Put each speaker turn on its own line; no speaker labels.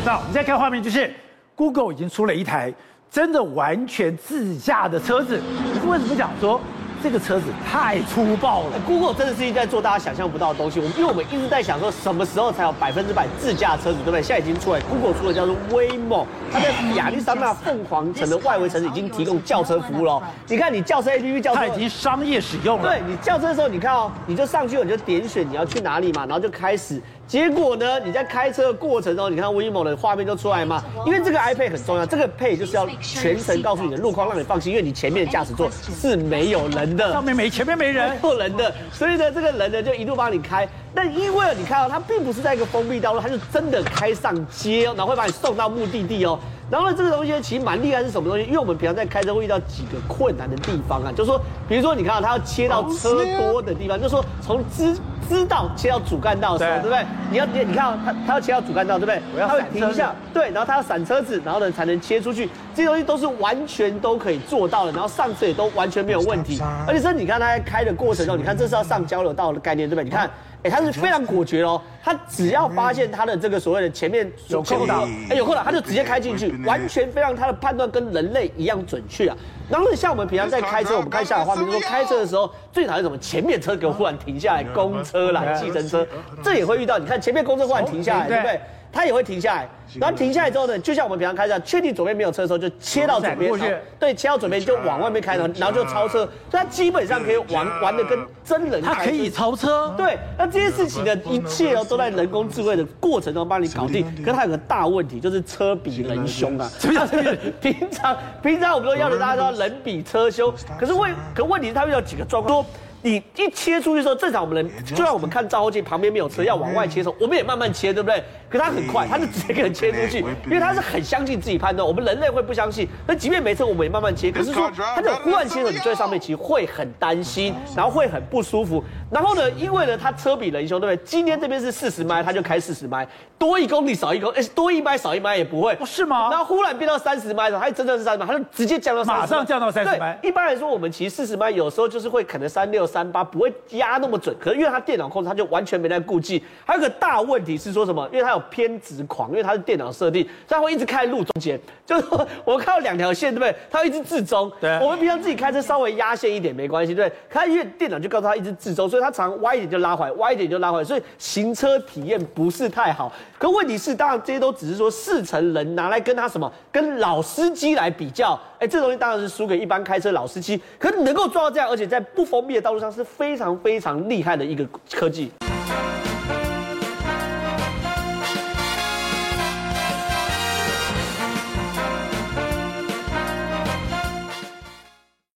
那我们再看画面，就是 Google 已经出了一台真的完全自驾的车子。可是为什么讲说这个车子太粗暴了
？Google 真的是一直在做大家想象不到的东西。因为我们一直在想说，什么时候才有100%自驾车子，对不对？现在已经出来 ，Google 出了叫做 Waymo， 它在亚利桑那凤凰城的外围城市已经提供轿车服务了。你看，你轿车 APP 轿车，
它已经商业使用了。
对你轿车的时候，你看哦，你就上去，你就点选你要去哪里嘛，然后就开始。结果呢，你在开车的过程中，你看 Waymo 的画面就出来嘛。因为这个 iPad 很重要，这个 Pay 就是要全程告诉你的路况，让你放心，因为你前面的驾驶座是没有人的，
前面没人，
没有人的，所以呢，这个人呢就一路帮你开。但因为你看到它并不是在一个封闭道路，它就真的开上街，然后会把你送到目的地哦。然后呢，这个东西其实蛮厉害，是什么东西？因为我们平常在开车会遇到几个困难的地方啊，就是说，比如说你看到它要切到车多的地方，就是说从支道切到主干道的时候，对不对？你看它要切到主干道，对不对？它会停一下，对，然后它要闪车子，然后呢才能切出去。这些东西都是完全都可以做到的，然后上车也都完全没有问题。而且是你看它在开的过程中，你看这是要上交流道的概念，对不对？你看。它是非常果决哦，它只要发现它的这个所谓的前面有空档，有空档，它就直接开进去，完全非常它的判断跟人类一样准确啊。然后像我们平常在开车，我们看下来画面，就说开车的时候最讨厌什么？前面车给我忽然停下来，公车啦、计程车，这也会遇到。你看前面公车忽然停下来，对不对？它也会停下来，然后停下来之后呢，就像我们平常开车，确定左边没有车的时候，就切到左边，对，切到左边就往外面开，然后就超车，所以它基本上可以玩的跟真人开车，
它可以超车。
对，那这些事情呢，一切都在人工智慧的过程中帮你搞定。可是它有个大问题，就是车比人凶啊。什么叫平常我们都要求大家说人比车凶，可问题是它遇到几个状况。说你一切出去的时候，正常我们人，就像我们看照后镜旁边没有车要往外切的时候，我们也慢慢切，对不对？可是他很快，他就直接给人切出去，因为他是很相信自己判断。我们人类会不相信，那即便没车，我们也慢慢切。可是说他这种忽然切的时候，你坐在上面其实会很担心，然后会很不舒服。然后呢，因为呢他车比人凶，对不对？今天这边是40迈，他就开40迈，多1公里少1公里，多1迈少1迈也不会，
是吗？
然后忽然变到30迈的时候，他真的是30迈，他就直接降到30迈，
马上降到30迈。
一般来说，我们骑40迈有时候就是会可能36、38，不会压那么准。可是因为它电脑控制，它就完全没在顾忌。还有个大问题是说什么？因为它有偏执狂，因为它是电脑设定，所以它会一直开路中间。就是说我看到2条线，对不对？它会一直置中。对，我们平常自己开车稍微压线一点没关系，对不对？可它因为电脑就告诉它一直置中，所以它常歪一点就拉回来，歪一点就拉回来，所以行车体验不是太好。可问题是，当然这些都只是说4成人拿来跟他什么，跟老司机来比较，这东西当然是输给一般开车老司机。可能够做到这样，而且在不封闭的道路上是非常非常厉害的一个科技。